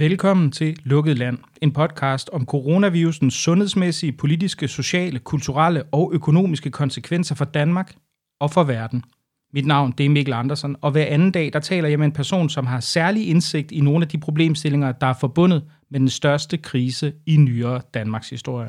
Velkommen til Lukket Land, en podcast om coronavirusens sundhedsmæssige, politiske, sociale, kulturelle og økonomiske konsekvenser for Danmark og for verden. Mit navn det er Mikkel Andersen, og hver anden dag der taler jeg med en person, som har særlig indsigt i nogle af de problemstillinger, der er forbundet med den største krise i nyere Danmarks historie.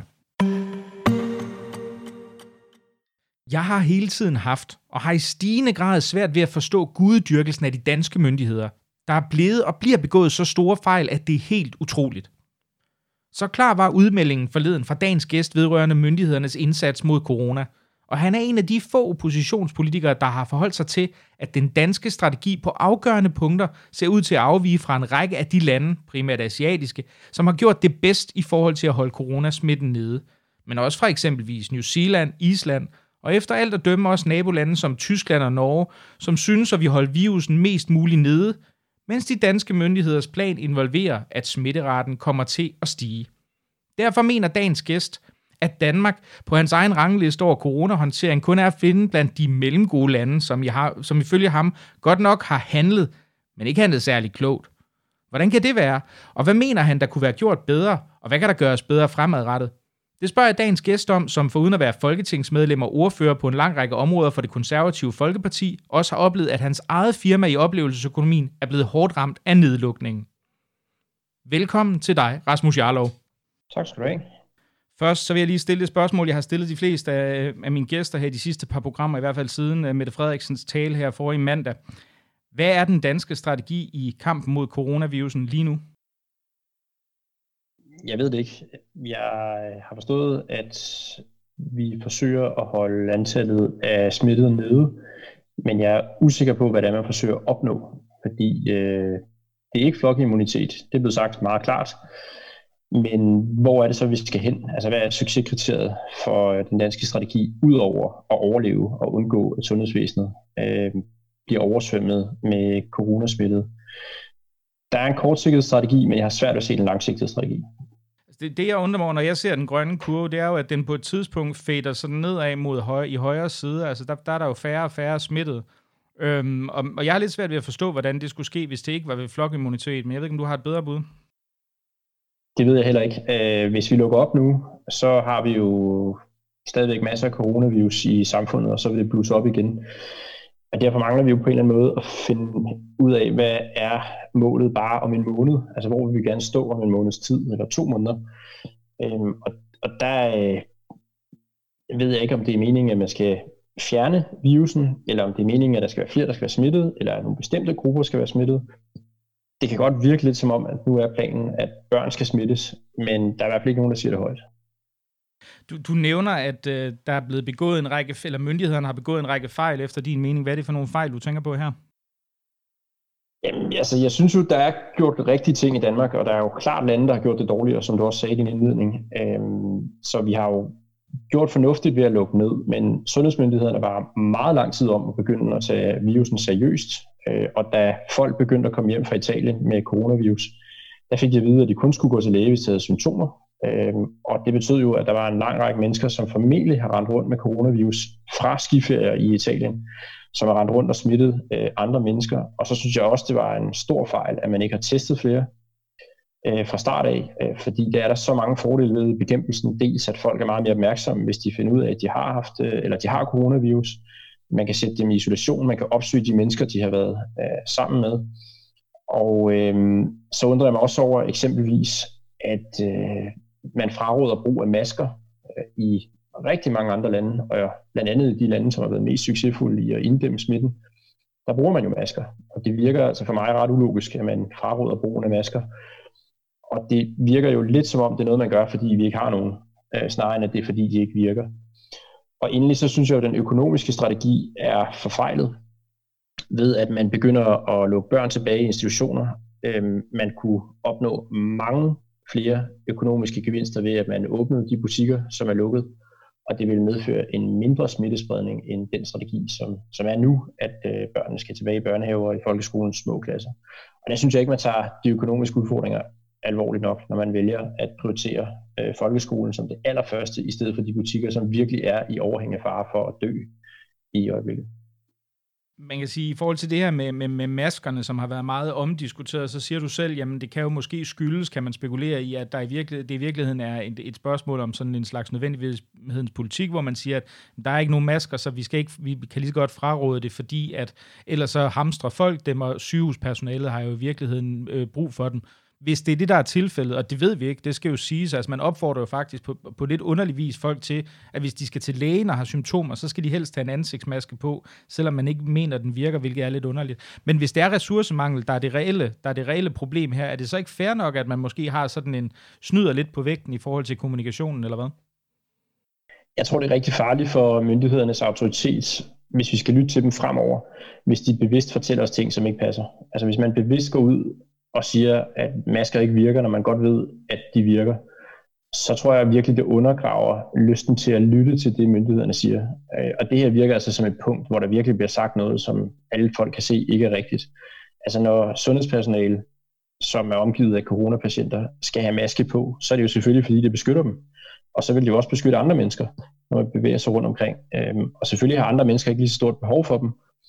Jeg har hele tiden haft, og har i stigende grad svært ved at forstå gudedyrkelsen af de danske myndigheder, der er blevet og bliver begået så store fejl, at det er helt utroligt. Så klar var udmeldingen forleden fra dagens gæst vedrørende myndighedernes indsats mod corona, og han er en af de få oppositionspolitikere, der har forholdt sig til, at den danske strategi på afgørende punkter ser ud til at afvige fra en række af de lande, primært asiatiske, som har gjort det bedst i forhold til at holde coronasmitten nede, men også fra eksempelvis New Zealand, Island, og efter alt at dømme også nabolande som Tyskland og Norge, som synes at vi holder virusen mest muligt nede, mens de danske myndigheders plan involverer, at smitteraten kommer til at stige. Derfor mener dagens gæst, at Danmark på hans egen rangliste over coronahåndtering kun er at finde blandt de mellemgode lande, som ifølge ham godt nok har handlet, men ikke handlet særlig klogt. Hvordan kan det være? Og hvad mener han, der kunne være gjort bedre? Og hvad kan der gøres bedre fremadrettet? Det spørger jeg dagens gæst om, som foruden at være folketingsmedlem og ordfører på en lang række områder for det konservative Folkeparti, også har oplevet, at hans eget firma i oplevelsesøkonomien er blevet hårdt ramt af nedlukningen. Velkommen til dig, Rasmus Jarlov. Tak skal du have. Først så vil jeg lige stille et spørgsmål, jeg har stillet de fleste af mine gæster her i de sidste par programmer, i hvert fald siden Mette Frederiksens tale her forrige mandag. Hvad er den danske strategi i kampen mod coronavirusen lige nu? Jeg ved det ikke. Jeg har forstået, at vi forsøger at holde antallet af smittede nede, men jeg er usikker på, hvad det er, man forsøger at opnå, fordi det er ikke flokimmunitet. Det er blevet sagt meget klart. Men hvor er det så, vi skal hen? Altså, hvad er succeskriteriet for den danske strategi, udover at overleve og undgå, at sundhedsvæsenet bliver oversvømmet med coronasmittede? Der er en kortsigtet strategi, men jeg har svært ved at se den langsigtede strategi. Det jeg undrer mig over, når jeg ser den grønne kurve, det er jo, at den på et tidspunkt fader sådan nedad mod i højre side. Altså der er der jo færre og færre smittet. Og jeg har lidt svært ved at forstå, hvordan det skulle ske, hvis det ikke var ved flokimmunitet. Men jeg ved ikke, om du har et bedre bud? Det ved jeg heller ikke. Hvis vi lukker op nu, så har vi jo stadigvæk masser af coronavirus i samfundet, og så vil det blusse op igen. Og derfor mangler vi jo på en eller anden måde at finde ud af, hvad er målet bare om en måned? Altså, hvor vil vi gerne stå om en måneds tid, eller 2 måneder? Og der ved jeg ikke, om det er meningen, at man skal fjerne virusen, eller om det er meningen, at der skal være flere, der skal være smittet, eller at nogle bestemte grupper skal være smittet. Det kan godt virke lidt som om, at nu er planen, at børn skal smittes, men der er i hvert fald ikke nogen, der siger det højt. Du nævner, at der er blevet begået en række, eller myndighederne har begået en række fejl efter din mening. Hvad er det for nogle fejl, du tænker på her? Jamen, altså, jeg synes jo, der er gjort rigtige ting i Danmark, og der er jo klart lande, der har gjort det dårligere, som du også sagde i din indledning. Så vi har jo gjort fornuftigt ved at lukke ned, men sundhedsmyndighederne var meget lang tid om at begynde at tage virusen seriøst. Og da folk begyndte at komme hjem fra Italien med coronavirus, der fik de at vide, at de kun skulle gå til læge, hvis de havde symptomer. Og det betød jo, at der var en lang række mennesker, som formentlig har rendt rundt med coronavirus fra skiferier i Italien, som har rendt rundt og smittet andre mennesker. Og så synes jeg også, det var en stor fejl, at man ikke har testet flere fra start af, fordi der er der så mange fordele ved bekæmpelsen. Dels at folk er meget mere opmærksomme, hvis de finder ud af, at de har haft eller de har coronavirus. Man kan sætte dem i isolation, man kan opsøge de mennesker, de har været sammen med. Og så undrer jeg mig også over eksempelvis, at man fraråder brug af masker i rigtig mange andre lande, og blandt andet i de lande, som har været mest succesfulde i at inddæmme smitten. Der bruger man jo masker, og det virker altså for mig ret ulogisk, at man fraråder brugen af masker. Og det virker jo lidt som om, det er noget, man gør, fordi vi ikke har nogen, snarere end at det er, fordi de ikke virker. Og endelig så synes jeg jo, at den økonomiske strategi er forfejlet ved, at man begynder at lukke børn tilbage i institutioner. Man kunne opnå mange flere økonomiske gevinster ved, at man åbnede de butikker, som er lukket, og det vil medføre en mindre smittespredning end den strategi, som er nu, at børnene skal tilbage i børnehaver og i folkeskolens små klasser. Og der synes jeg ikke, man tager de økonomiske udfordringer alvorligt nok, når man vælger at prioritere folkeskolen som det allerførste, i stedet for de butikker, som virkelig er i overhængende fare for at dø i øjeblikket. Man kan sige, i forhold til det her med maskerne, som har været meget omdiskuteret, så siger du selv, jamen det kan jo måske skyldes, kan man spekulere i, at det i virkeligheden er et spørgsmål om sådan en slags nødvendighedens politik, hvor man siger, at der er ikke nogen masker, så vi kan lige så godt fraråde det, fordi at ellers så hamstrer folk dem, og sygehuspersonalet har jo i virkeligheden brug for dem. Hvis det er det, der er tilfældet, og det ved vi ikke, det skal jo siges, altså man opfordrer jo faktisk på lidt underlig vis folk til, at hvis de skal til lægen og har symptomer, så skal de helst have en ansigtsmaske på, selvom man ikke mener, at den virker, hvilket er lidt underligt. Men hvis det er ressourcemangel, der er det reelle problem her, er det så ikke fair nok, at man måske har sådan en snyder lidt på vægten i forhold til kommunikationen, eller hvad? Jeg tror, det er rigtig farligt for myndighedernes autoritet, hvis vi skal lytte til dem fremover, hvis de bevidst fortæller os ting, som ikke passer. Altså hvis man bevidst går ud og siger, at masker ikke virker, når man godt ved, at de virker, så tror jeg virkelig, det undergraver lysten til at lytte til det, myndighederne siger. Og det her virker altså som et punkt, hvor der virkelig bliver sagt noget, som alle folk kan se ikke er rigtigt. Altså når sundhedspersonale, som er omgivet af coronapatienter, skal have maske på, så er det jo selvfølgelig, fordi det beskytter dem. Og så vil det jo også beskytte andre mennesker, når man bevæger sig rundt omkring. Og selvfølgelig har andre mennesker ikke lige så stort behov for dem.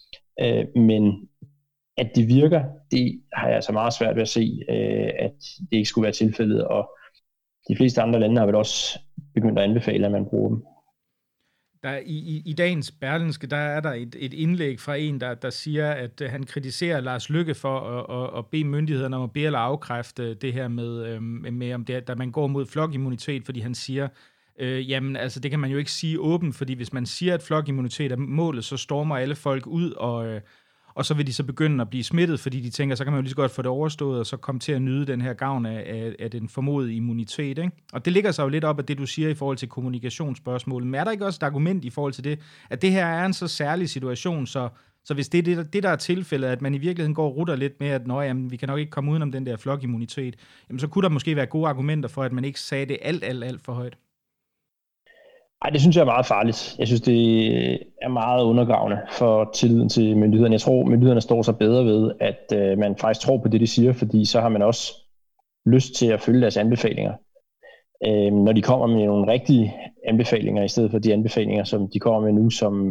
Men at det virker, det har jeg altså meget svært ved at se, at det ikke skulle være tilfældet, og de fleste andre lande har vel også begyndt at anbefale, at man bruger dem. Der, i dagens Berlingske, der er der et indlæg fra en, der siger, at han kritiserer Lars Løkke for at bede myndighederne om at bede eller afkræfte det her med om det, der man går mod flokimmunitet, fordi han siger, jamen altså det kan man jo ikke sige åbent, fordi hvis man siger, at flokimmunitet er målet, så stormer alle folk ud, og så vil de så begynde at blive smittet, fordi de tænker, så kan man jo lige så godt få det overstået, og så komme til at nyde den her gavn af den formodede immunitet. Ikke? Og det ligger sig jo lidt op af det, du siger i forhold til kommunikationsspørgsmålet. Men er der ikke også et argument i forhold til det, at det her er en så særlig situation, så hvis det er det, der er tilfældet, at man i virkeligheden går og rutter lidt med, at jamen, vi kan nok ikke komme udenom den der flokimmunitet, jamen, så kunne der måske være gode argumenter for, at man ikke sagde det alt for højt. Ej, det synes jeg er meget farligt. Jeg synes, det er meget undergravende for tilliden til myndighederne. Jeg tror, myndighederne står sig bedre ved, at man faktisk tror på det, de siger, fordi så har man også lyst til at følge deres anbefalinger. Når de kommer med nogle rigtige anbefalinger, i stedet for de anbefalinger, som de kommer med nu,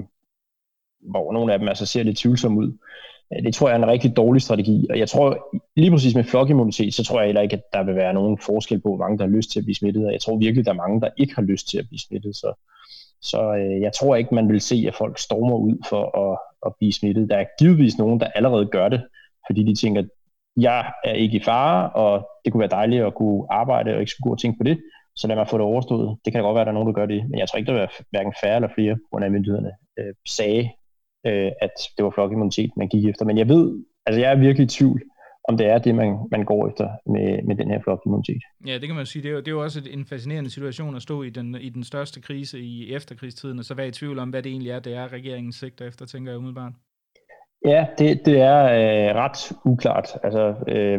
hvor nogle af dem altså ser lidt tvivlsomme ud. Det tror jeg er en rigtig dårlig strategi. Og jeg tror, lige præcis med flokimmunitet, så tror jeg heller ikke, at der vil være nogen forskel på, hvor mange der har lyst til at blive smittet. Og jeg tror virkelig, der er mange, der ikke har lyst til at blive smittet. Så jeg tror ikke, man vil se, at folk stormer ud for at blive smittet. Der er givetvis nogen, der allerede gør det, fordi de tænker, at jeg er ikke i fare, og det kunne være dejligt at kunne arbejde og ikke skulle gå og tænke på det. Så lad mig få det overstået. Det kan da godt være, at der er nogen, der gør det. Men jeg tror ikke, der vil være hverken færre eller flere, på grund af myndighederne sagde, at det var flokimmunitet, man gik efter. Men jeg ved, altså jeg er virkelig i tvivl, om det er det, man går efter med den her flokimmunitet. Ja, det kan man sige. Det er jo også en fascinerende situation at stå i den største krise i efterkrigstiden, og så være i tvivl om, hvad det egentlig er, det er regeringen sigter efter, tænker jeg umiddelbart. Ja, det er ret uklart. Altså,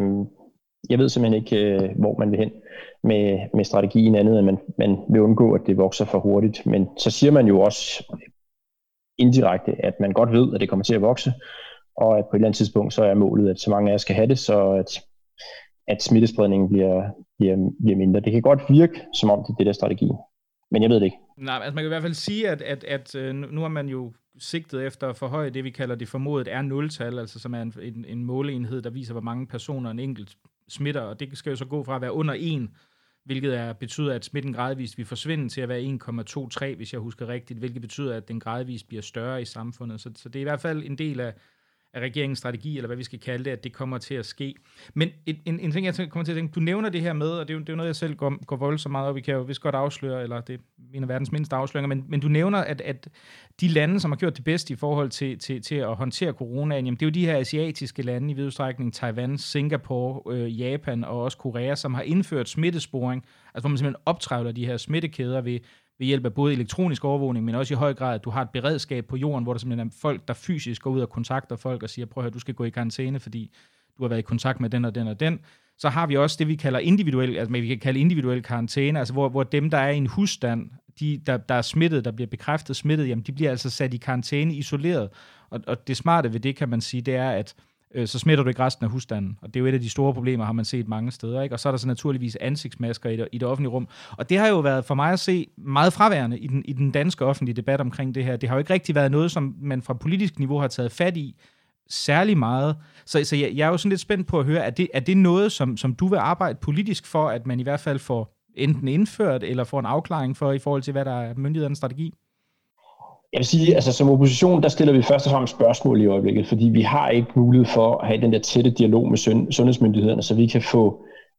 jeg ved simpelthen ikke, hvor man vil hen med strategien andet, end man vil undgå, at det vokser for hurtigt. Men så siger man jo også indirekte, at man godt ved, at det kommer til at vokse, og at på et eller andet tidspunkt, så er målet, at så mange af os skal have det, så at smittespredningen bliver mindre. Det kan godt virke, som om det er det der strategi, men jeg ved det ikke. Nej, altså man kan i hvert fald sige, at nu er man jo sigtet efter at forhøje det, vi kalder det formodet R0-tal, altså som er en måleenhed, der viser, hvor mange personer en enkelt smitter, og det skal jo så gå fra at være under 1, hvilket betyder, at smitten gradvist vil forsvinde til at være 1,23, hvis jeg husker rigtigt, hvilket betyder, at den gradvist bliver større i samfundet. Så det er i hvert fald en del af regeringens strategi, eller hvad vi skal kalde det, at det kommer til at ske. Men en ting, jeg kommer til at tænke, du nævner det her med, og det er jo noget, jeg selv går voldsomt meget op, vi kan jo vist godt afsløre, eller det er en af verdens mindste afsløringer, men du nævner, at de lande, som har gjort det bedste i forhold til at håndtere coronaen, jamen det er jo de her asiatiske lande, i vid udstrækning Taiwan, Singapore, Japan og også Korea, som har indført smittesporing, altså hvor man simpelthen optrævler de her smittekæder ved hjælp af både elektronisk overvågning, men også i høj grad, at du har et beredskab på jorden, hvor der simpelthen er folk, der fysisk går ud og kontakter folk og siger, prøv at høre, du skal gå i karantæne, fordi du har været i kontakt med den og den og den. Så har vi også det, vi kalder individuel karantæne, altså hvor dem, der er i en husstand, der er smittet, der bliver bekræftet smittet, jamen de bliver altså sat i karantæne, isoleret. Og det smarte ved det, kan man sige, det er, at så smitter du ikke resten af husstanden. Og det er jo et af de store problemer, har man set mange steder. Ikke? Og så er der så naturligvis ansigtsmasker i det offentlige rum. Og det har jo været for mig at se meget fraværende i den danske offentlige debat omkring det her. Det har jo ikke rigtig været noget, som man fra politisk niveau har taget fat i særlig meget. Så jeg er jo sådan lidt spændt på at høre, er det noget, som du vil arbejde politisk for, at man i hvert fald får enten indført, eller får en afklaring for, i forhold til, hvad der er myndighedernes strategi? Jeg vil sige, altså som opposition, der stiller vi først og fremmest spørgsmål i øjeblikket, fordi vi har ikke mulighed for at have den der tætte dialog med sundhedsmyndighederne, så vi kan få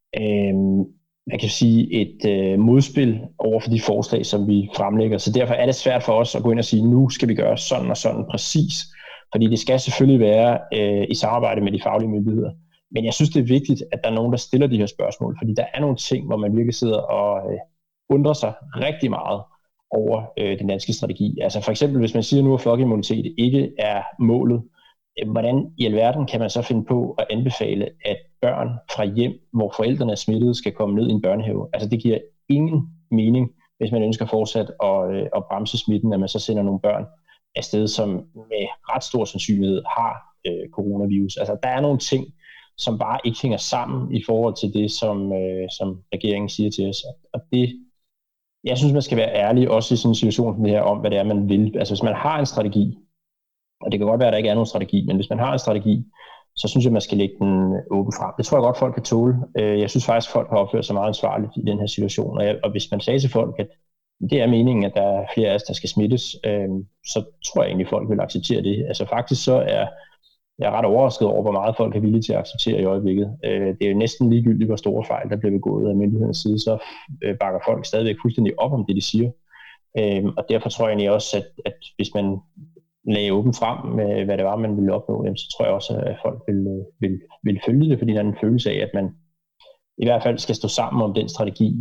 man kan sige et modspil over for de forslag, som vi fremlægger. Så derfor er det svært for os at gå ind og sige, nu skal vi gøre sådan og sådan præcis, fordi det skal selvfølgelig være i samarbejde med de faglige myndigheder. Men jeg synes, det er vigtigt, at der er nogen, der stiller de her spørgsmål, fordi der er nogle ting, hvor man virkelig sidder og undrer sig rigtig meget over den danske strategi. Altså for eksempel, hvis man siger nu, at flokimmunitet ikke er målet, hvordan i alverden kan man så finde på at anbefale, at børn fra hjem, hvor forældrene er smittede, skal komme ned i en børnehave? Altså det giver ingen mening, hvis man ønsker fortsat at bremse smitten, at man så sender nogle børn afsted, som med ret stor sandsynlighed har coronavirus. Altså der er nogle ting, som bare ikke hænger sammen i forhold til det, som regeringen siger til os. Og det, jeg synes, man skal være ærlig, også i sådan en situation som det her, om hvad det er, man vil. Altså hvis man har en strategi, og det kan godt være, at der ikke er nogen strategi, men hvis man har en strategi, så synes jeg, man skal lægge den åben frem. Det tror jeg godt, folk kan tåle. Jeg synes faktisk, folk har opført sig meget ansvarligt i den her situation. Og hvis man sagde til folk, at det er meningen, at der er flere af os, der skal smittes, så tror jeg egentlig, folk vil acceptere det. Altså faktisk så er jeg ret overrasket over, hvor meget folk er villige til at acceptere i øjeblikket. Det er jo næsten ligegyldigt, hvor store fejl, der bliver begået af myndighedens side, så bakker folk stadigvæk fuldstændig op om det, de siger. Og derfor tror jeg egentlig også, at hvis man lagde åbent frem med, hvad det var, man ville opnå, så tror jeg også, at folk vil følge det, fordi der er en følelse af, at man i hvert fald skal stå sammen om den strategi,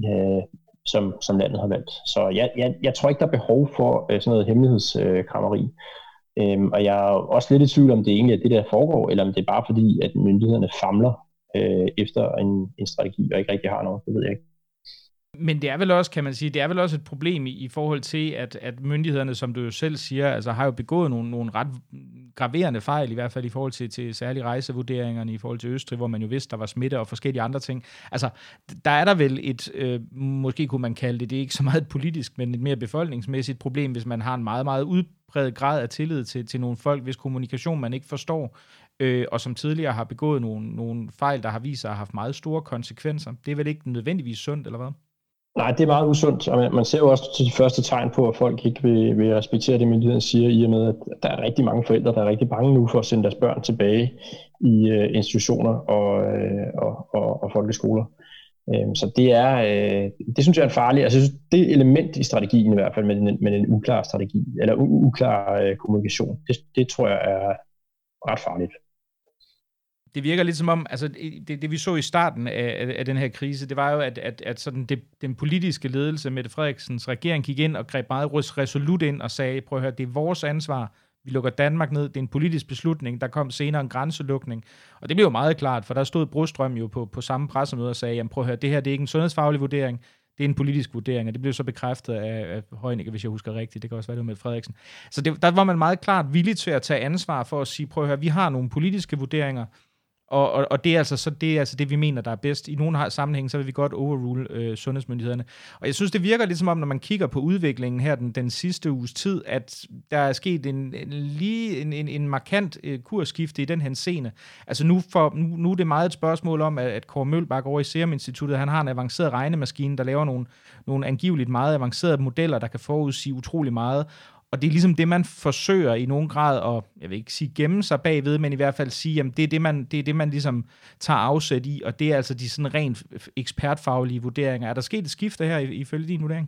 som landet har valgt. Så jeg tror ikke, der er behov for sådan noget hemmelighedskrammeri. Og jeg er også lidt i tvivl om, det egentlig er det, der foregår, eller om det er bare fordi, at myndighederne famler efter en strategi, og ikke rigtig har noget, det ved jeg ikke. Men det er vel også, kan man sige, det er vel også et problem i forhold til, at myndighederne, som du jo selv siger, altså har jo begået nogle ret graverende fejl, i hvert fald i forhold til særlige rejsevurderingerne, i forhold til Østrig, hvor man jo vidste, der var smitte og forskellige andre ting. Altså, der er der vel et, måske kunne man kalde det er ikke så meget et politisk, men et mere befolkningsmæssigt problem, hvis man har en meget, meget udbredt grad af tillid til nogle folk, hvis kommunikation man ikke forstår, og som tidligere har begået nogle fejl, der har vist sig at have haft meget store konsekvenser. Det er vel ikke nødvendigvis sundt, eller hvad? Nej, det er meget usundt, og man ser jo også til de første tegn på, at folk ikke vil respektere det, myndigheden siger, i og med, at der er rigtig mange forældre, der er rigtig bange nu for at sende deres børn tilbage i institutioner og folkeskoler. Så det synes jeg er farligt. Altså, jeg synes, det element i strategien i hvert fald med den uklare strategi, eller uklar kommunikation, det tror jeg er ret farligt. Det virker lidt som om, altså det vi så i starten af den her krise, det var jo, at sådan den politiske ledelse, Mette Frederiksens regering, gik ind og greb meget resolut ind og sagde, prøv at høre, det er vores ansvar, vi lukker Danmark ned, det er en politisk beslutning, der kom senere en grænselukning, og det blev jo meget klart, for der stod Brostrøm jo på samme pressemøde og sagde, jamen prøv at høre, det her det er ikke en sundhedsfaglig vurdering, det er en politisk vurdering, og det blev så bekræftet af Heunicke, hvis jeg husker rigtigt. Det kan også være, det var Mette Frederiksen. Så der var man meget klart villig til at tage ansvar for at sige, prøv at høre, vi har nogle politiske vurderinger, og det er altså det, vi mener, der er bedst. I nogle sammenhæng, så vil vi godt overrule sundhedsmyndighederne. Og jeg synes, det virker lidt som om, når man kigger på udviklingen her den sidste uges tid, at der er sket en markant kursskifte i den henseende. Altså nu er det meget et spørgsmål om, at Kåre Mølbak over i Serum Instituttet, han har en avanceret regnemaskine, der laver nogle angiveligt meget avancerede modeller, der kan forudsige utrolig meget. Og det er ligesom det, man forsøger i nogen grad at, jeg vil ikke sige gemme sig bagved, men i hvert fald sige, jamen det er det, man ligesom tager afsæt i, og det er altså de sådan rent ekspertfaglige vurderinger. Er der sket et skifte her ifølge din vurdering?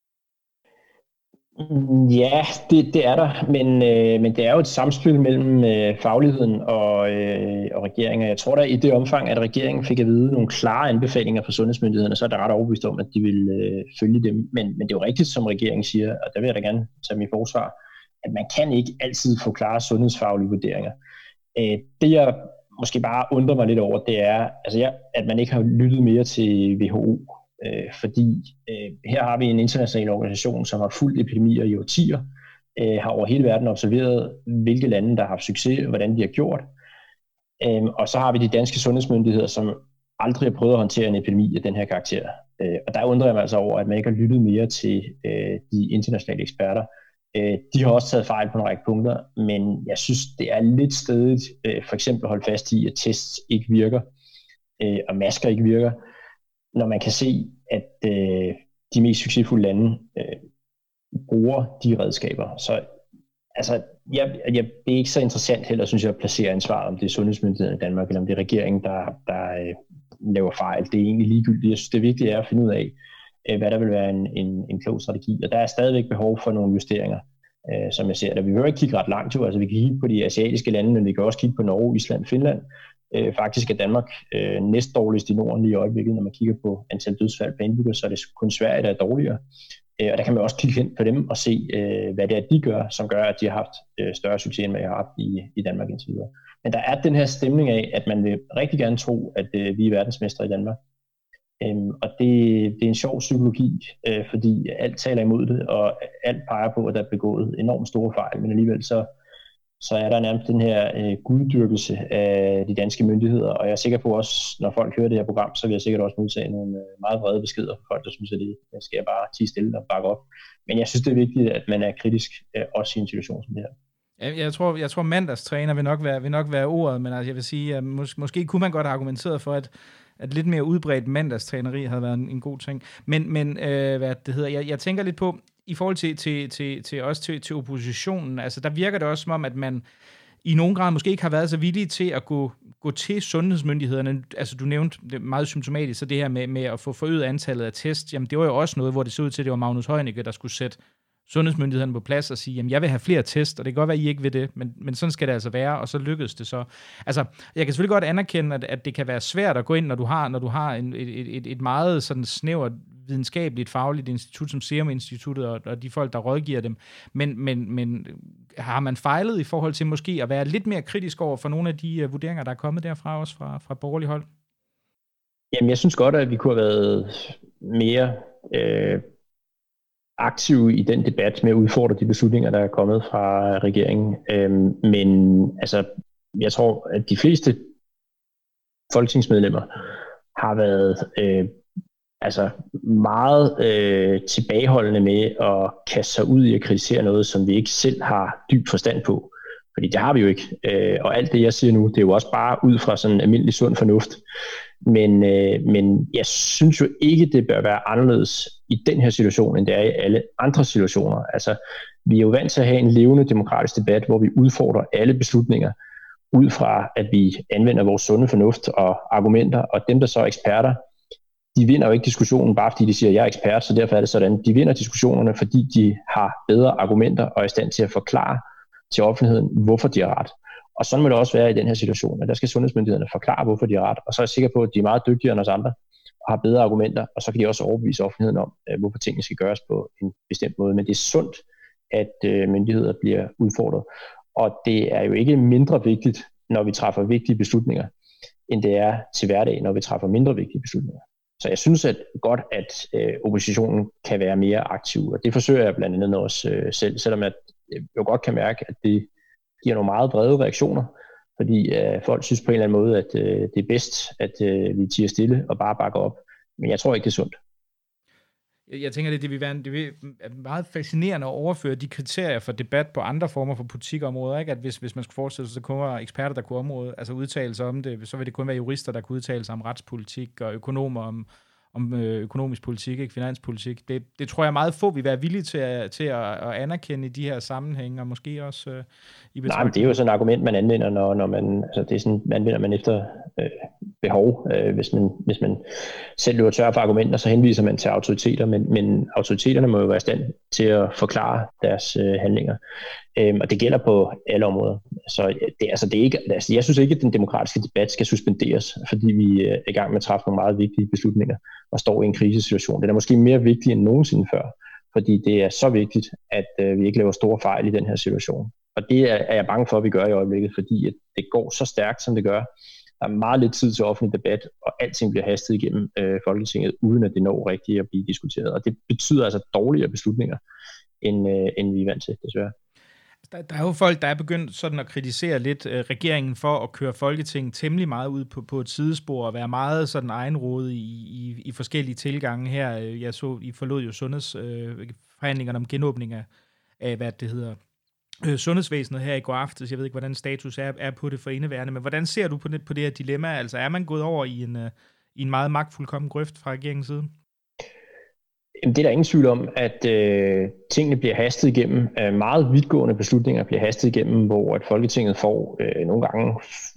Ja, det er der, men det er jo et samspil mellem fagligheden og regeringen. Jeg tror da i det omfang, at regeringen fik at vide nogle klare anbefalinger fra sundhedsmyndighederne, så er der ret overbevist om, at de vil følge dem. Men det er jo rigtigt, som regeringen siger, og der vil jeg da gerne tage mit forsvar, at man kan ikke altid få klare sundhedsfaglige vurderinger. Det jeg måske bare undrer mig lidt over, det er, at man ikke har lyttet mere til WHO. Fordi her har vi en international organisation, som har fulgt epidemier i årtier, har over hele verden observeret, hvilke lande, der har haft succes, og hvordan de har gjort. Og så har vi de danske sundhedsmyndigheder, som aldrig har prøvet at håndtere en epidemi af den her karakter. Og der undrer jeg mig altså over, at man ikke har lyttet mere til de internationale eksperter. De har også taget fejl på en række punkter, men jeg synes, det er lidt stedigt for eksempel at holde fast i, at tests ikke virker, og masker ikke virker, når man kan se, at de mest succesfulde lande bruger de redskaber. Så altså, det er ikke så interessant heller, synes jeg, at placere ansvaret, om det er sundhedsmyndighederne i Danmark, eller om det er regeringen, der laver fejl. Det er egentlig ligegyldigt. Jeg synes, det vigtige er at finde ud af, hvad der vil være en klog strategi. Og der er stadigvæk behov for nogle justeringer, som jeg ser det. Vi behøver ikke kigge ret langt jo. Altså, vi kan kigge på de asiatiske lande, men vi kan også kigge på Norge, Island, Finland. Faktisk er Danmark næst dårligst i Norden lige i øjeblikket. Når man kigger på antal dødsfald per indbygger, så er det kun Sverige, der er dårligere. Og der kan man også kigge hen på dem og se, hvad det er, de gør, som gør, at de har haft større succes, end hvad jeg har haft i Danmark indtil videre. Men der er den her stemning af, at man vil rigtig gerne tro, at vi er verdensmestre i Danmark. Og det er en sjov psykologi, fordi alt taler imod det, og alt peger på, at der er begået enormt store fejl, men alligevel så er der nærmest den her guddyrkelse af de danske myndigheder, og jeg er sikker på også, når folk hører det her program, så vil jeg sikkert også modtage nogle meget vrede beskeder fra folk, der synes, at det skal jeg bare tie stille og bakke op. Men jeg synes, det er vigtigt, at man er kritisk, også i en situation som det her. Jeg tror mandagstræner vil nok være ordet, men altså, jeg vil sige, at måske kunne man godt have argumenteret for, at lidt mere udbredt mandagstræneri havde været en god ting. Men hvad det hedder, jeg tænker lidt på, i forhold til oppositionen, altså der virker det også som om, at man i nogen grad måske ikke har været så villige til at gå til sundhedsmyndighederne. Altså du nævnte det meget symptomatisk, så det her med at få forøget antallet af tests, jamen det var jo også noget, hvor det så ud til, at det var Magnus Heunicke, der skulle sætte sundhedsmyndighederne på plads og sige, jamen jeg vil have flere tests, og det kan godt være, at I ikke vil det, men sådan skal det altså være, og så lykkedes det så. Altså, jeg kan selvfølgelig godt anerkende, at det kan være svært at gå ind, når du har et meget sådan snævert videnskabeligt, fagligt institut som Serum Instituttet og de folk, der rådgiver dem. Men har man fejlet i forhold til måske at være lidt mere kritisk over for nogle af de vurderinger, der er kommet derfra, også fra borgerlig hold? Jamen, jeg synes godt, at vi kunne have været mere aktive i den debat med at udfordre de beslutninger, der er kommet fra regeringen. Men altså, jeg tror, at de fleste folketingsmedlemmer har været meget tilbageholdende med at kaste sig ud i at kritisere noget, som vi ikke selv har dyb forstand på. Fordi det har vi jo ikke. Og alt det, jeg siger nu, det er jo også bare ud fra sådan en almindelig sund fornuft. Men jeg synes jo ikke, det bør være anderledes i den her situation, end det er i alle andre situationer. Altså, vi er jo vant til at have en levende demokratisk debat, hvor vi udfordrer alle beslutninger ud fra, at vi anvender vores sunde fornuft og argumenter, og dem, der så er eksperter, de vinder jo ikke diskussionen, bare fordi de siger, at jeg er ekspert, så derfor er det sådan. De vinder diskussionerne, fordi de har bedre argumenter og er i stand til at forklare til offentligheden, hvorfor de har ret. Og sådan må det også være i den her situation, at der skal sundhedsmyndighederne forklare, hvorfor de har ret. Og så er jeg sikker på, at de er meget dygtigere end os andre og har bedre argumenter, og så kan de også overbevise offentligheden om, hvorfor tingene skal gøres på en bestemt måde. Men det er sundt, at myndigheder bliver udfordret. Og det er jo ikke mindre vigtigt, når vi træffer vigtige beslutninger, end det er til hverdag, når vi træffer mindre vigtige beslutninger. Så jeg synes godt, at oppositionen kan være mere aktiv, og det forsøger jeg blandt andet også selv, selvom jeg jo godt kan mærke, at det giver nogle meget brede reaktioner, fordi folk synes på en eller anden måde, at det er bedst, at vi tier stille og bare bakker op. Men jeg tror ikke, det er sundt. Jeg tænker, det vil være meget fascinerende at overføre de kriterier for debat på andre former for politikområder, ikke? At hvis man skulle forestille sig, så kunne være eksperter, der kunne udtale sig om det, så vil det kun være jurister, der kunne udtale sig om retspolitik, og økonomer om økonomisk politik, ikke finanspolitik. Det tror jeg meget få vil være villige til at anerkende i de her sammenhænge, og måske også i betragtning. Nej, men det er jo sådan et argument, man anvender, når man, altså det er sådan, anvender man efter behov. Hvis man selv løber tør for argumenter, så henviser man til autoriteter, men autoriteterne må jo være i stand til at forklare deres handlinger. Og det gælder på alle områder. Så det er ikke, jeg synes ikke, at den demokratiske debat skal suspenderes, fordi vi er i gang med at træffe nogle meget vigtige beslutninger og står i en krisesituation. Det er måske mere vigtigt end nogensinde før, fordi det er så vigtigt, at vi ikke laver store fejl i den her situation. Og det er jeg bange for, at vi gør i øjeblikket, fordi at det går så stærkt, som det gør. Der er meget lidt tid til offentlig debat, og alting bliver hastet igennem Folketinget, uden at det når rigtigt at blive diskuteret. Og det betyder altså dårligere beslutninger, end vi er vant til, desværre. Der er jo folk, der er begyndt sådan at kritisere lidt regeringen for at køre Folketinget temmelig meget ud på et sidespor og være meget sådan egenrådet i forskellige tilgange her. Jeg så, I forlod jo sundhedsforhandlingerne om genåbning af hvad det hedder, sundhedsvæsenet her i går aftes. Jeg ved ikke, hvordan status er på det for indeværende, men hvordan ser du på det her dilemma? Altså er man gået over i en meget magtfuldkommen grøft fra regeringens side? Det er der ingen tvivl om, at tingene bliver hastet igennem. Meget vidtgående beslutninger bliver hastet igennem, hvor at Folketinget får nogle gange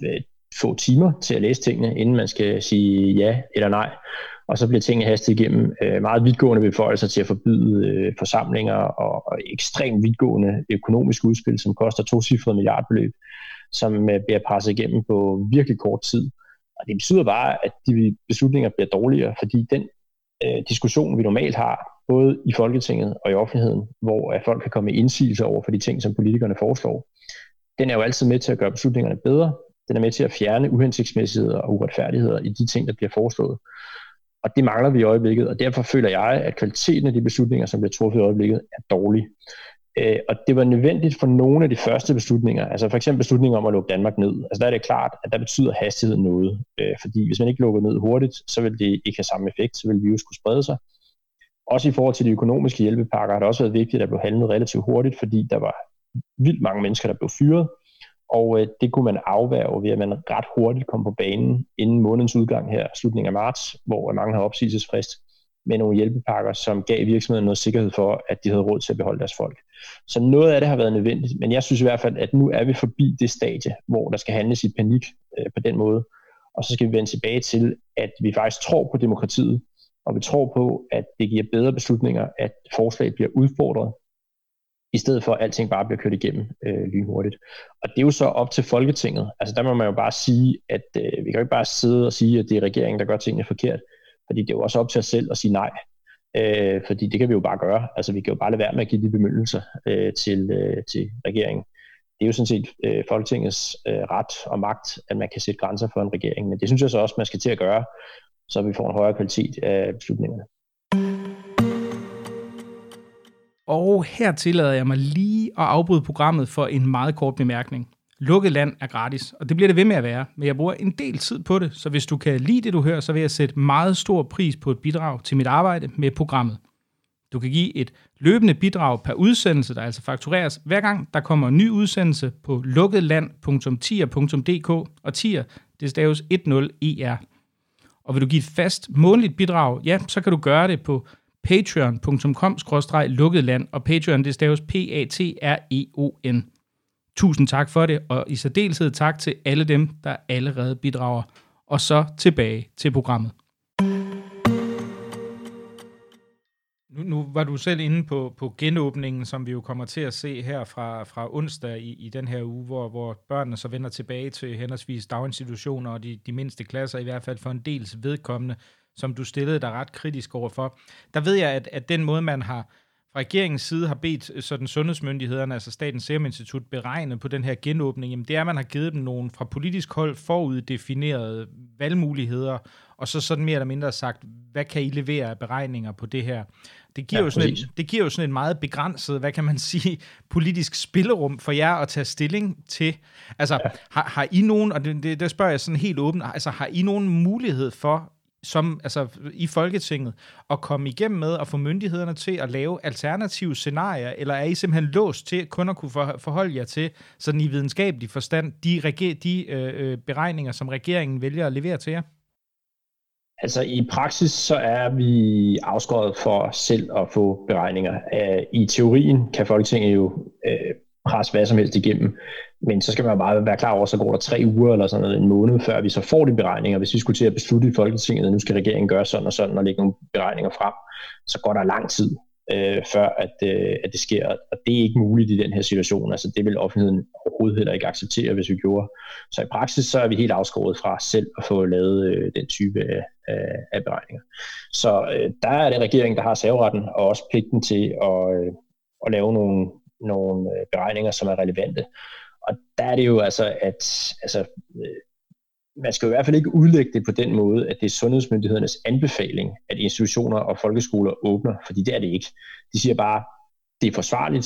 få timer til at læse tingene, inden man skal sige ja eller nej. Og så bliver tingene hastet igennem. Meget vidtgående beføjelser til at forbyde forsamlinger og ekstremt vidtgående økonomiske udspil, som koster 2-cifrede milliardbeløb, som bliver presset igennem på virkelig kort tid. Og det betyder bare, at de beslutninger bliver dårligere, fordi den diskussion, vi normalt har, både i Folketinget og i offentligheden, hvor folk kan komme med indsigelser over for de ting, som politikerne foreslår, den er jo altid med til at gøre beslutningerne bedre. Den er med til at fjerne uhensigtsmæssigheder og uretfærdigheder i de ting, der bliver foreslået. Og det mangler vi i øjeblikket, og derfor føler jeg, at kvaliteten af de beslutninger, som bliver truffet i øjeblikket, er dårlig. Og det var nødvendigt for nogle af de første beslutninger, altså for eksempel beslutninger om at lukke Danmark ned. Altså der er det klart, at der betyder hastigheden noget, fordi hvis man ikke lukker ned hurtigt, så vil det ikke have samme effekt, så vil virus kunne sprede sig. Også i forhold til de økonomiske hjælpepakker har det også været vigtigt, at der blev handlet relativt hurtigt, fordi der var vildt mange mennesker, der blev fyret, og det kunne man afværge ved, at man ret hurtigt kom på banen inden månedens udgang her, slutningen af marts, hvor mange har opsigelsesfrist, med nogle hjælpepakker, som gav virksomheden noget sikkerhed for, at de havde råd til at beholde deres folk. Så noget af det har været nødvendigt, men jeg synes i hvert fald, at nu er vi forbi det stadie, hvor der skal handles i panik på den måde, og så skal vi vende tilbage til, at vi faktisk tror på demokratiet, og vi tror på, at det giver bedre beslutninger, at forslag bliver udfordret, i stedet for at alting bare bliver kørt igennem lynhurtigt. Og det er jo så op til Folketinget. Altså der må man jo bare sige, at vi kan jo ikke bare sidde og sige, at det er regeringen, der gør tingene forkert, fordi det er jo også op til os selv at sige nej. Fordi det kan vi jo bare gøre. Altså vi kan jo bare lade være med at give de bemyndigelser til regeringen. Det er jo sådan set Folketingets ret og magt, at man kan sætte grænser for en regering. Men det synes jeg så også, man skal til at gøre, så vi får en højere kvalitet af beslutningerne. Og her tillader jeg mig lige at afbryde programmet for en meget kort bemærkning. Lukket land er gratis, og det bliver det ved med at være, men jeg bruger en del tid på det, så hvis du kan lide det, du hører, så vil jeg sætte meget stor pris på et bidrag til mit arbejde med programmet. Du kan give et løbende bidrag per udsendelse, der altså faktureres hver gang, der kommer en ny udsendelse på lukketland.tier.dk, og tier, det staves 10er. Og vil du give et fast månedligt bidrag, ja, så kan du gøre det på patreon.com/lukketland, og Patreon, det staves Patreon. Tusind tak for det, og i særdeleshed tak til alle dem, der allerede bidrager. Og så tilbage til programmet. Nu var du selv inde på genåbningen, som vi jo kommer til at se her fra onsdag i den her uge, hvor børnene så vender tilbage til henholdsvis daginstitutioner og de mindste klasser, i hvert fald for en dels vedkommende, som du stillede dig ret kritisk overfor. Der ved jeg, at den måde, man har fra regeringens side har bedt sådan sundhedsmyndighederne, altså Statens Serum Institut, beregne på den her genåbning, jamen det er, at man har givet dem nogle fra politisk hold foruddefinerede valgmuligheder, og så sådan mere eller mindre sagt, hvad kan I levere af beregninger på det her? Det giver jo sådan et meget begrænset, hvad kan man sige, politisk spillerum for jer at tage stilling til. Altså, har I nogen, og det der spørger jeg sådan helt åbent, altså har I nogen mulighed for, som altså i Folketinget, at komme igennem med at få myndighederne til at lave alternative scenarier, eller er I simpelthen låst til kun at kunne forholde jer til, sådan i videnskabelig forstand, de beregninger, som regeringen vælger at levere til jer? Altså i praksis, så er vi afskåret for selv at få beregninger. I teorien kan Folketinget jo presse hvad som helst igennem, men så skal man bare være klar over, så går der 3 uger eller sådan noget, en måned, før vi så får de beregninger. Hvis vi skulle til at beslutte i Folketinget, at nu skal regeringen gøre sådan og sådan og lægge nogle beregninger frem, så går der lang tid, før at det sker, og det er ikke muligt i den her situation. Altså det vil offentligheden overhovedet heller ikke acceptere, hvis vi gjorde. Så i praksis, så er vi helt afskåret fra selv at få lavet den type af beregninger. Så der er det regeringen, der har serveretten, og også pligten til at lave nogle beregninger, som er relevante. Og der er det jo man skal jo i hvert fald ikke udlægge det på den måde, at det er sundhedsmyndighedernes anbefaling, at institutioner og folkeskoler åbner, fordi det er det ikke. De siger bare, det er forsvarligt,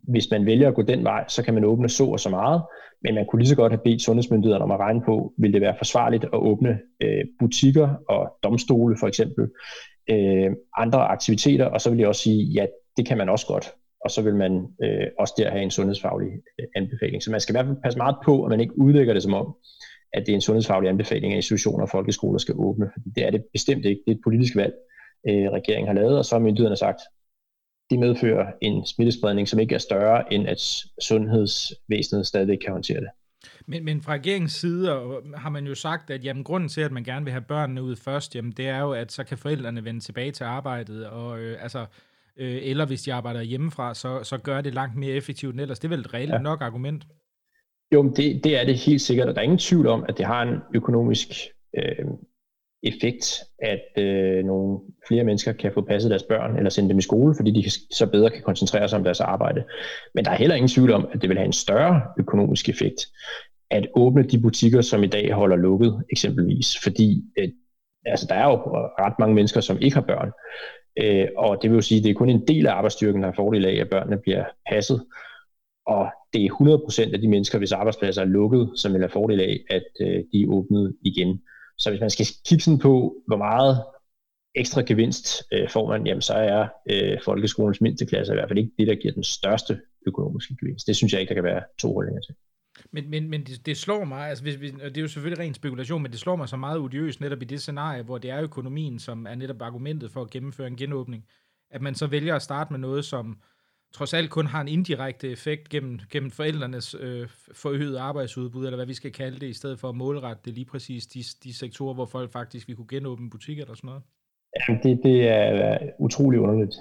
hvis man vælger at gå den vej, så kan man åbne så og så meget, men man kunne lige så godt have bedt sundhedsmyndighederne om at regne på, vil det være forsvarligt at åbne butikker og domstole for eksempel, andre aktiviteter, og så vil jeg også sige, ja, det kan man også godt, og så vil man også der have en sundhedsfaglig anbefaling. Så man skal i hvert fald passe meget på, at man ikke udlægger det som om, at det er en sundhedsfaglig anbefaling, at institutioner og folkeskoler skal åbne, for det er det bestemt ikke. Det er et politisk valg, regeringen har lavet, og så har myndighederne sagt, det medfører en smittespredning, som ikke er større, end at sundhedsvæsenet stadig kan håndtere det. Men fra regeringens side har man jo sagt, at jamen, grunden til, at man gerne vil have børnene ud først, jamen, det er jo, at så kan forældrene vende tilbage til arbejdet, og eller hvis de arbejder hjemmefra, så gør det langt mere effektivt end ellers. Det er vel et reelt nok argument? Jo, det er det helt sikkert, og der er ingen tvivl om, at det har en økonomisk effekt, at nogle flere mennesker kan få passet deres børn eller sende dem i skole, fordi de så bedre kan koncentrere sig om deres arbejde. Men der er heller ingen tvivl om, at det vil have en større økonomisk effekt at åbne de butikker, som i dag holder lukket eksempelvis, fordi der er jo ret mange mennesker, som ikke har børn, og det vil jo sige, at det er kun en del af arbejdsstyrken, der har fordel af, at børnene bliver passet, og det er 100% af de mennesker, hvis arbejdspladser er lukket, som vil have fordel af, at de er åbnet igen. Så hvis man skal kigge sådan på, hvor meget ekstra gevinst får man, jamen så er folkeskolens mindsteklasse i hvert fald ikke det, der giver den største økonomiske gevinst. Det synes jeg ikke, der kan være to holdninger til. Men det slår mig, altså det er jo selvfølgelig ren spekulation, men det slår mig så meget odiøst netop i det scenarie, hvor det er økonomien, som er netop argumentet for at gennemføre en genåbning, at man så vælger at starte med noget, som trods alt kun har en indirekte effekt gennem forældrenes forøgede arbejdsudbud, eller hvad vi skal kalde det, i stedet for at målrette det lige præcis de sektorer, hvor folk faktisk vil kunne genåbne butikker eller sådan noget. Jamen, det er utrolig underligt.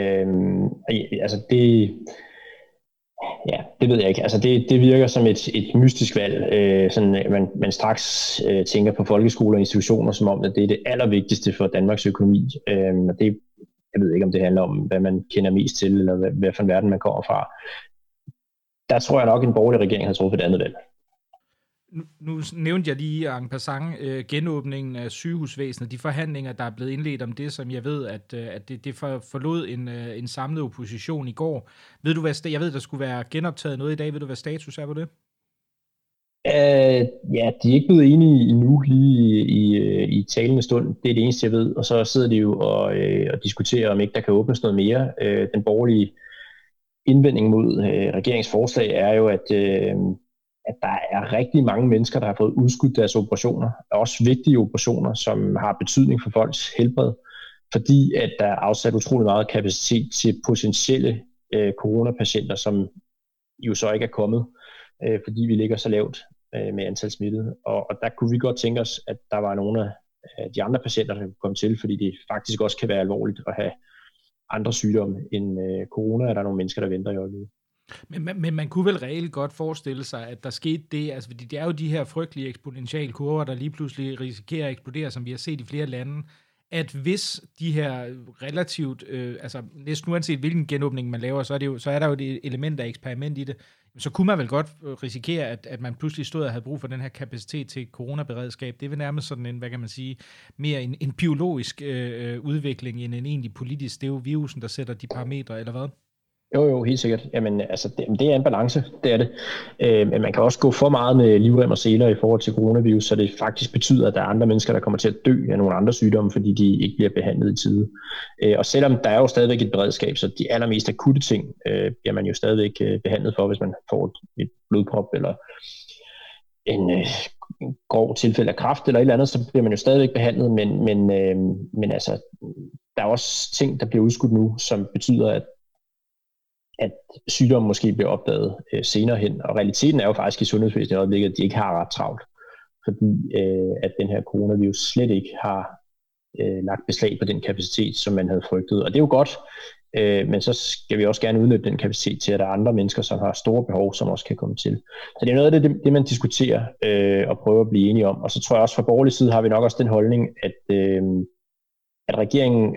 Det ved jeg ikke. Altså det virker som et mystisk valg, sådan man straks tænker på folkeskoler og institutioner, som om, at det er det allervigtigste for Danmarks økonomi. Og det, jeg ved ikke, om det handler om, hvad man kender mest til, eller hvad for en verden man kommer fra. Der tror jeg nok, en borgerlig regering har truffet et andet valg. Nu nævnte jeg lige en passant genåbningen af sygehusvæsenet, de forhandlinger, der er blevet indledt om det, som jeg ved, at det forlod en samlet opposition i går. Ved du, jeg ved, der skulle være genoptaget noget i dag. Ved du, hvad status er på det? Ja, de er ikke blevet enige endnu lige i talende stund. Det er det eneste, jeg ved. Og så sidder de jo og diskuterer, om ikke der kan åbnes noget mere. Den borgerlige indvending mod regeringsforslag er jo, at der er rigtig mange mennesker, der har fået udskudt deres operationer, også vigtige operationer, som har betydning for folks helbred, fordi at der er afsat utrolig meget kapacitet til potentielle coronapatienter, som jo så ikke er kommet, fordi vi ligger så lavt med antal smittede. Og der kunne vi godt tænke os, at der var nogle af de andre patienter, der kunne komme til, fordi det faktisk også kan være alvorligt at have andre sygdomme end corona, er der nogle mennesker, der venter i øjeblikket. Men man kunne vel reelt godt forestille sig, at der skete det, altså fordi det er jo de her frygtelige eksponentielle kurver, der lige pludselig risikerer at eksplodere, som vi har set i flere lande, at hvis de her relativt, næsten uanset hvilken genåbning man laver, så er der jo et element af eksperiment i det, så kunne man vel godt risikere, at man pludselig stod og havde brug for den her kapacitet til coronaberedskab. Det er vel nærmest sådan en, hvad kan man sige, mere en biologisk udvikling end en egentlig politisk. Det er jo virusen, der sætter de parametre, eller hvad? Jo, helt sikkert. Jamen, det er en balance, det er det. Men man kan også gå for meget med livrem og seler i forhold til coronavirus, så det faktisk betyder, at der er andre mennesker, der kommer til at dø af nogle andre sygdomme, fordi de ikke bliver behandlet i tide. Og selvom der er jo stadigvæk et beredskab, så de allermest akutte ting bliver man jo stadigvæk behandlet for, hvis man får et blodprop eller en grov tilfælde af kræft eller et eller andet, så bliver man jo stadigvæk behandlet, men altså, der er også ting, der bliver udskudt nu, som betyder, at sygdommen måske bliver opdaget senere hen. Og realiteten er jo faktisk i sundhedsvæsenet i øjeblikket, at de ikke har ret travlt, fordi at den her coronavirus slet ikke har lagt beslag på den kapacitet, som man havde frygtet. Og det er jo godt, men så skal vi også gerne udnytte den kapacitet til, at der er andre mennesker, som har store behov, som også kan komme til. Så det er noget af det man diskuterer og prøver at blive enige om. Og så tror jeg også fra borgerlig side har vi nok også den holdning, at regeringen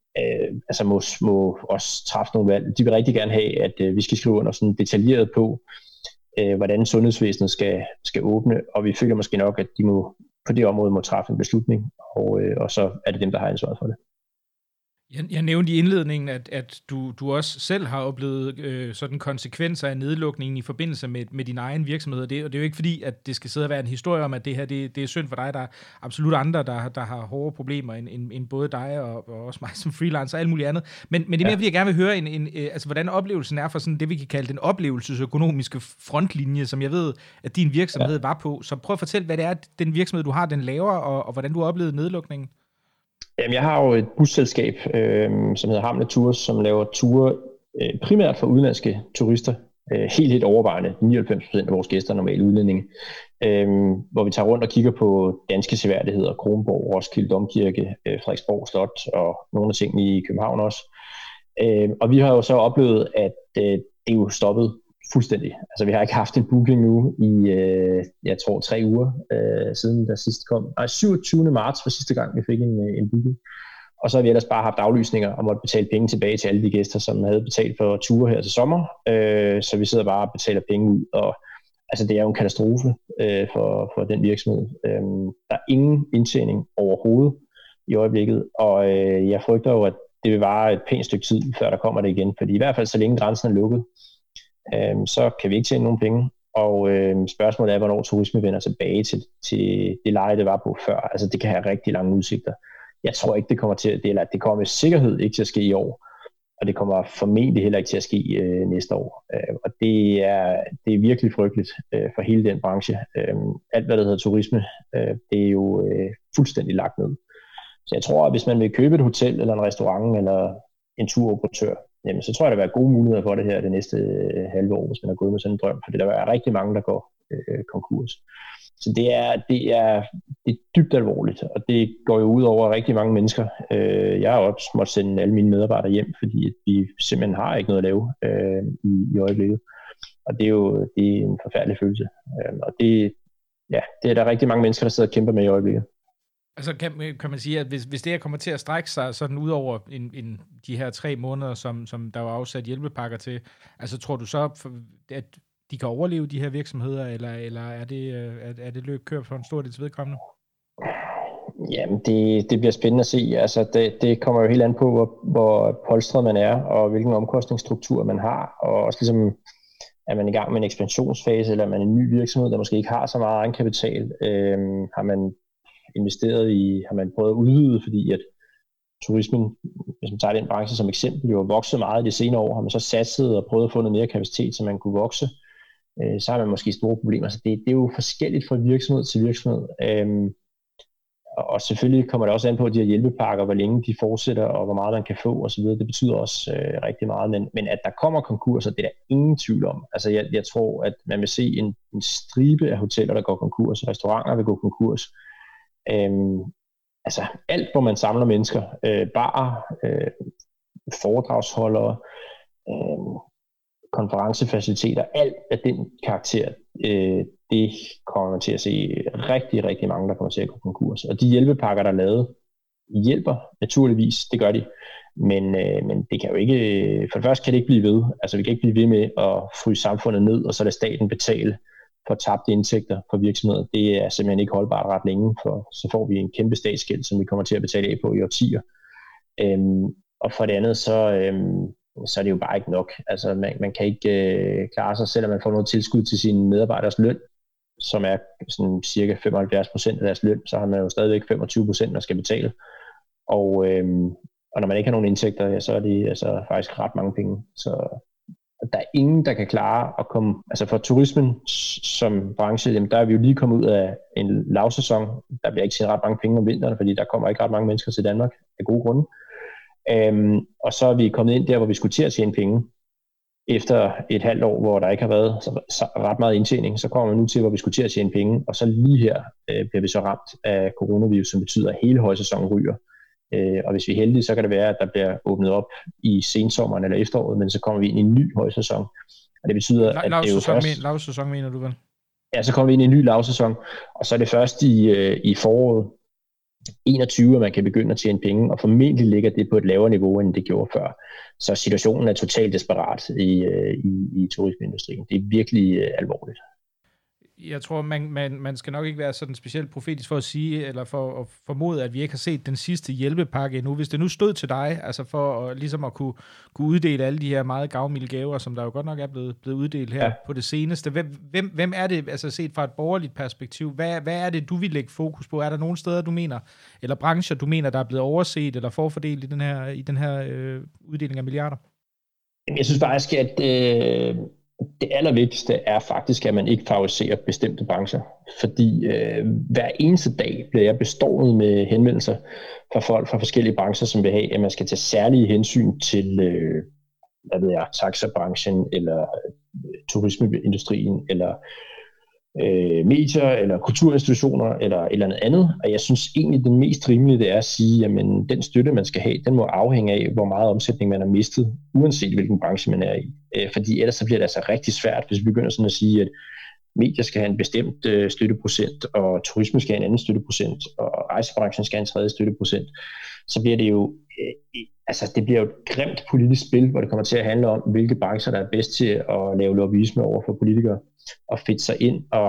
må også træffe nogle valg. De vil rigtig gerne have, at vi skal skrive under sådan detaljeret på, hvordan sundhedsvæsenet skal åbne, og vi føler måske nok, at de på det område må træffe en beslutning, og så er det dem, der har ansvaret for det. Jeg nævnte i indledningen, at du også selv har oplevet sådan konsekvenser af nedlukningen i forbindelse med din egen virksomhed, og det er jo ikke fordi, at det skal sidde og være en historie om, at det her det er synd for dig. Der er absolut andre, der har hårde problemer end både dig og også mig som freelancer og alt muligt andet. Men det er mere, fordi jeg gerne vil høre, altså, hvordan oplevelsen er for sådan det, vi kan kalde den oplevelsesøkonomiske frontlinje, som jeg ved, at din virksomhed var på. Så prøv at fortælle, hvad det er, den virksomhed, du har, den laver, og hvordan du har oplevet nedlukningen. Jamen, jeg har jo et busselskab, som hedder Hamlet Tours, som laver ture primært for udenlandske turister. Helt overvejende. 99% af vores gæster er normale udlændinge. Hvor vi tager rundt og kigger på danske seværdigheder, Kronborg, Roskilde Domkirke, Frederiksborg Slot og nogle af tingene i København også. Og vi har jo så oplevet, at det er jo stoppet fuldstændig. Altså, vi har ikke haft en booking nu i, jeg tror, 3 uger siden der sidst kom. 27. marts var sidste gang, vi fik en booking. Og så har vi ellers bare haft aflysninger og måtte betale penge tilbage til alle de gæster, som havde betalt for ture her til sommer. Så vi sidder bare og betaler penge ud. Og altså, det er jo en katastrofe for den virksomhed. Der er ingen indtjening overhovedet i øjeblikket. Og jeg frygter jo, at det vil vare et pænt stykke tid, før der kommer det igen. Fordi i hvert fald, så længe grænsen er lukket, så kan vi ikke tjene nogen penge. Og spørgsmålet er, hvornår turisme vender tilbage til det leje, det var på før. Altså, det kan have rigtig lange udsigter. Jeg tror ikke, det kommer til det kommer med sikkerhed ikke til at ske i år. Og det kommer formentlig heller ikke til at ske næste år. Og det er virkelig frygteligt for hele den branche. Alt, hvad der hedder turisme, det er jo fuldstændig lagt ned. Så jeg tror, at hvis man vil købe et hotel, eller en restaurant, eller en turoperatør, jamen, så tror jeg, der vil være gode muligheder for det her det næste halve år, hvis man har gået med sådan en drøm. For der er rigtig mange, der går konkurs. Så det er dybt alvorligt, og det går jo ud over rigtig mange mennesker. Jeg har også måttet sende alle mine medarbejdere hjem, fordi vi simpelthen har ikke noget at lave i øjeblikket. Og det er en forfærdelig følelse. Og det er der rigtig mange mennesker, der sidder og kæmper med i øjeblikket. Altså kan man sige, at hvis det her kommer til at strække sig sådan ud over de her 3 måneder, som der var afsat hjælpepakker til, altså tror du så, at de kan overleve de her virksomheder, eller er det løb kørt for en stor dels vedkommende? Jamen, det bliver spændende at se. Altså, det kommer jo helt an på, hvor polstret man er, og hvilken omkostningsstruktur man har, og også ligesom, er man i gang med en ekspansionsfase, eller er man en ny virksomhed, der måske ikke har så meget egenkapital, har man investeret i, har man prøvet at udvide, fordi at turismen, hvis man tager den branche som eksempel, jo har vokset meget i de senere år, har man så satset og prøvet at få noget mere kapacitet, så man kunne vokse, så har man måske store problemer. Så det er jo forskelligt fra virksomhed til virksomhed. Og selvfølgelig kommer det også an på de her hjælpepakker, hvor længe de fortsætter, og hvor meget man kan få osv. Det betyder også rigtig meget, men at der kommer konkurser, det er der ingen tvivl om. Altså jeg tror, at man vil se en stribe af hoteller, der går konkurs, restauranter vil gå konkurs. Altså alt, hvor man samler mennesker, barer, foredragsholdere, konferencefaciliteter, alt af den karakter, det kommer man til at se rigtig, rigtig mange, der kommer til at gå konkurs. Og de hjælpepakker, der er lavet, hjælper naturligvis, det gør de. Men det kan jo ikke, for det første kan det ikke blive ved. Altså vi kan ikke blive ved med at fryse samfundet ned, og så lade staten betale for tabte indtægter for virksomheder. Det er simpelthen ikke holdbart ret længe, for så får vi en kæmpe statsgæld, som vi kommer til at betale af på i årtier. Og for det andet, så er det jo bare ikke nok. Altså man kan ikke klare sig, selvom man får noget tilskud til sine medarbejderes løn, som er sådan cirka 75% af deres løn, så har man jo stadigvæk 25%, der skal betale. Og når man ikke har nogen indtægter, ja, så er det altså faktisk ret mange penge. Så der er ingen, der kan klare at komme. Altså for turismen som branche, jamen der er vi jo lige kommet ud af en lavsæson. Der bliver ikke tjent ret mange penge om vinteren, fordi der kommer ikke ret mange mennesker til Danmark af gode grunde. Og så er vi kommet ind der, hvor vi skulle til at tjene penge. Efter et halvt år, hvor der ikke har været så ret meget indtjening, så kommer vi nu til, hvor vi skulle til at tjene penge. Og så lige her bliver vi så ramt af coronavirus, som betyder, at hele højsæsonen ryger. Og hvis vi er heldige, så kan det være, at der bliver åbnet op i sensommeren eller efteråret, men så kommer vi ind i en ny højsæson. Og det betyder, at det er jo først... Lavsæson mener du vel? Ja, så kommer vi ind i en ny lavsæson, og så er det først i foråret 21, at man kan begynde at tjene penge, og formentlig ligger det på et lavere niveau, end det gjorde før. Så situationen er totalt desperat i turismeindustrien. Det er virkelig alvorligt. Jeg tror, man skal nok ikke være sådan specielt profetisk for at sige, eller for at formode, at vi ikke har set den sidste hjælpepakke endnu. Hvis det nu stod til dig, altså for ligesom at kunne uddele alle de her meget gavmilde gaver, som der jo godt nok er blevet uddelt her på det seneste. Hvem er det, altså set fra et borgerligt perspektiv, hvad er det, du vil lægge fokus på? Er der nogle steder, du mener, eller brancher, du mener, der er blevet overset eller forfordelt i den her uddeling af milliarder? Jeg synes faktisk, at det allervigtigste er faktisk, at man ikke favoriserer bestemte brancher. Fordi hver eneste dag bliver jeg bestået med henvendelser fra folk fra forskellige brancher, som vil have, at man skal tage særlige hensyn til taxabranchen, eller turismeindustrien, eller medier, eller kulturinstitutioner, eller et eller andet. Og jeg synes egentlig, det mest rimelige det er at sige, at den støtte, man skal have, den må afhænge af, hvor meget omsætning man har mistet, uanset hvilken branche man er i. Fordi ellers så bliver det altså rigtig svært, hvis vi begynder sådan at sige, at medier skal have en bestemt støtteprocent, og turisme skal have en anden støtteprocent, og rejsebranchen skal have en tredje støtteprocent. Så bliver det jo det bliver jo et grimt politisk spil, hvor det kommer til at handle om, hvilke brancher, der er bedst til at lave lobbyisme over for politikere, og fedte sig ind, og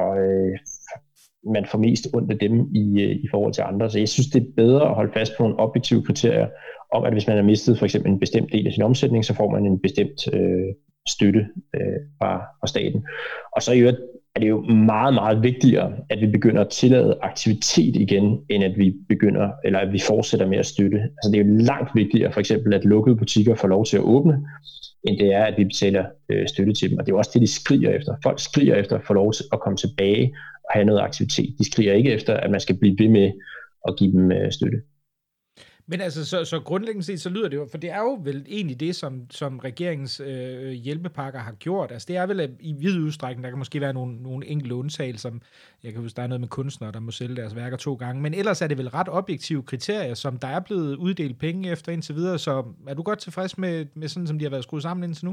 man får mest ondt af dem i forhold til andre. Så jeg synes, det er bedre at holde fast på nogle objektive kriterier, om at hvis man har mistet for eksempel en bestemt del af sin omsætning, så får man en bestemt støtte fra staten. Og så i øvrigt er det jo meget, meget vigtigere, at vi begynder at tillade aktivitet igen, end at vi fortsætter med at støtte. Altså det er jo langt vigtigere, for eksempel, at lukkede butikker får lov til at åbne, end det er, at vi betaler støtte til dem. Og det er jo også det, de skriger efter. Folk skriger efter at få lov til at komme tilbage og have noget aktivitet. De skriger ikke efter, at man skal blive ved med at give dem støtte. Men altså, så grundlæggende set, så lyder det jo, for det er jo vel egentlig det, som regeringens hjælpepakker har gjort. Altså det er vel i vid udstrækning, der kan måske være nogle enkelte undtagelser, som jeg kan huske, der er noget med kunstnere, der må sælge deres værker 2 gange, men ellers er det vel ret objektive kriterier, som der er blevet uddelt penge efter indtil videre, så er du godt tilfreds med sådan, som de har været skruet sammen indtil nu?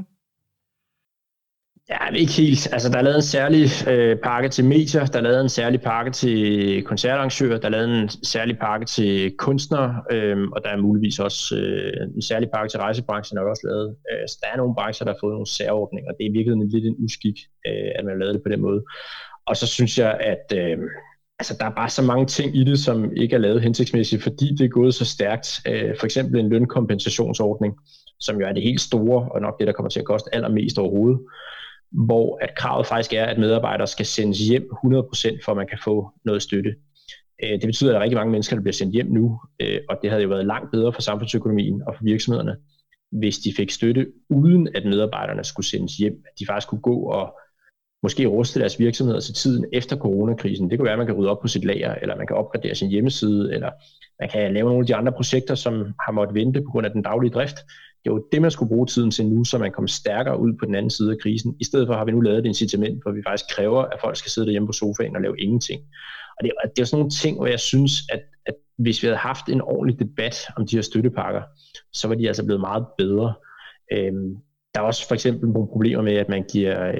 Ja, ikke helt. Altså, der er lavet en særlig pakke til medier, der er lavet en særlig pakke til koncertarrangører, der er lavet en særlig pakke til kunstnere, og der er muligvis også en særlig pakke til rejsebranchen, der er også lavet. Så der er nogle brancher, der har fået nogle særordninger, og det er virkelig lidt en uskik, at man har lavet det på den måde. Og så synes jeg, at der er bare så mange ting i det, som ikke er lavet hensigtsmæssigt, fordi det er gået så stærkt. For eksempel en lønkompensationsordning, som jo er det helt store, og nok det, der kommer til at koste allermest overhovedet, hvor at kravet faktisk er, at medarbejdere skal sendes hjem 100%, for at man kan få noget støtte. Det betyder, at der er rigtig mange mennesker, der bliver sendt hjem nu, og det havde jo været langt bedre for samfundsøkonomien og for virksomhederne, hvis de fik støtte, uden at medarbejderne skulle sendes hjem. At de faktisk kunne gå og måske ruste deres virksomheder til tiden efter coronakrisen. Det kunne være, at man kan rydde op på sit lager, eller man kan opgradere sin hjemmeside, eller man kan lave nogle af de andre projekter, som har måttet vente på grund af den daglige drift. Det er jo det, man skulle bruge tiden til nu, så man kommer stærkere ud på den anden side af krisen. I stedet for har vi nu lavet et incitament, hvor vi faktisk kræver, at folk skal sidde derhjemme på sofaen og lave ingenting. Og det er jo sådan nogle ting, hvor jeg synes, at hvis vi havde haft en ordentlig debat om de her støttepakker, så var de altså blevet meget bedre. Der er også for eksempel nogle problemer med, at man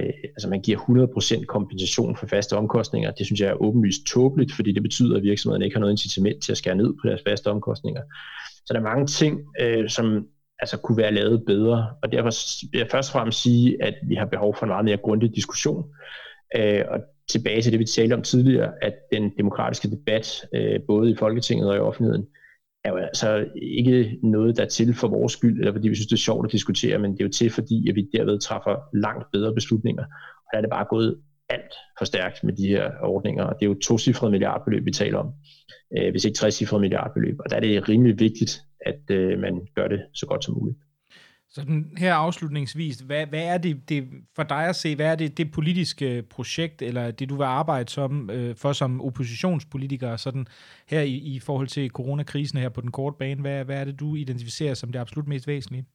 giver 100% kompensation for faste omkostninger. Det synes jeg er åbenlyst tåbeligt, fordi det betyder, at virksomhederne ikke har noget incitament til at skære ned på deres faste omkostninger. Så der er mange ting, som kunne være lavet bedre, og derfor vil jeg først og fremmest sige, at vi har behov for en meget mere grundig diskussion, og tilbage til det, vi talte om tidligere, at den demokratiske debat, både i Folketinget og i offentligheden, er jo altså ikke noget, der er til for vores skyld, eller fordi vi synes, det er sjovt at diskutere, men det er jo til, fordi at vi derved træffer langt bedre beslutninger, og der er det bare gået alt for stærkt med de her ordninger, og det er jo 2-cifrede milliardbeløb, vi taler om, hvis ikke 3-cifrede milliardbeløb, og der er det rimelig vigtigt, at man gør det så godt som muligt. Så den her afslutningsvis, hvad er det for dig at se, hvad er det politiske projekt, eller det du vil arbejde for som oppositionspolitiker, sådan her i forhold til coronakrisen her på den korte bane, hvad er det du identificerer som det absolut mest væsentlige?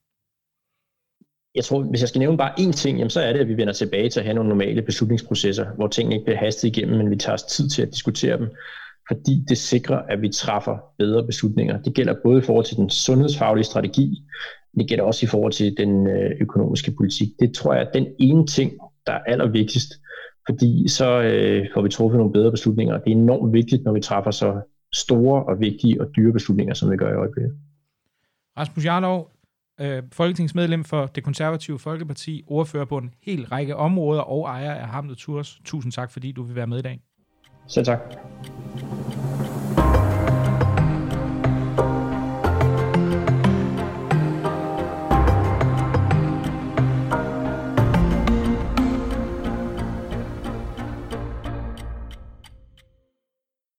Jeg tror, hvis jeg skal nævne bare én ting, jamen, så er det, at vi vender tilbage til at have nogle normale beslutningsprocesser, hvor tingene ikke bliver hastet igennem, men vi tager os tid til at diskutere dem, fordi det sikrer, at vi træffer bedre beslutninger. Det gælder både i forhold til den sundhedsfaglige strategi, det gælder også i forhold til den økonomiske politik. Det tror jeg er den ene ting, der er allervigtigst, fordi så får vi truffet nogle bedre beslutninger. Det er enormt vigtigt, når vi træffer så store og vigtige og dyre beslutninger, som vi gør i øjeblikket. Rasmus Jarlov, folketingsmedlem for Det Konservative Folkeparti, ordfører på en hel række områder og ejer af Hamlet Tours. Tusind tak, fordi du vil være med i dag. Selv tak.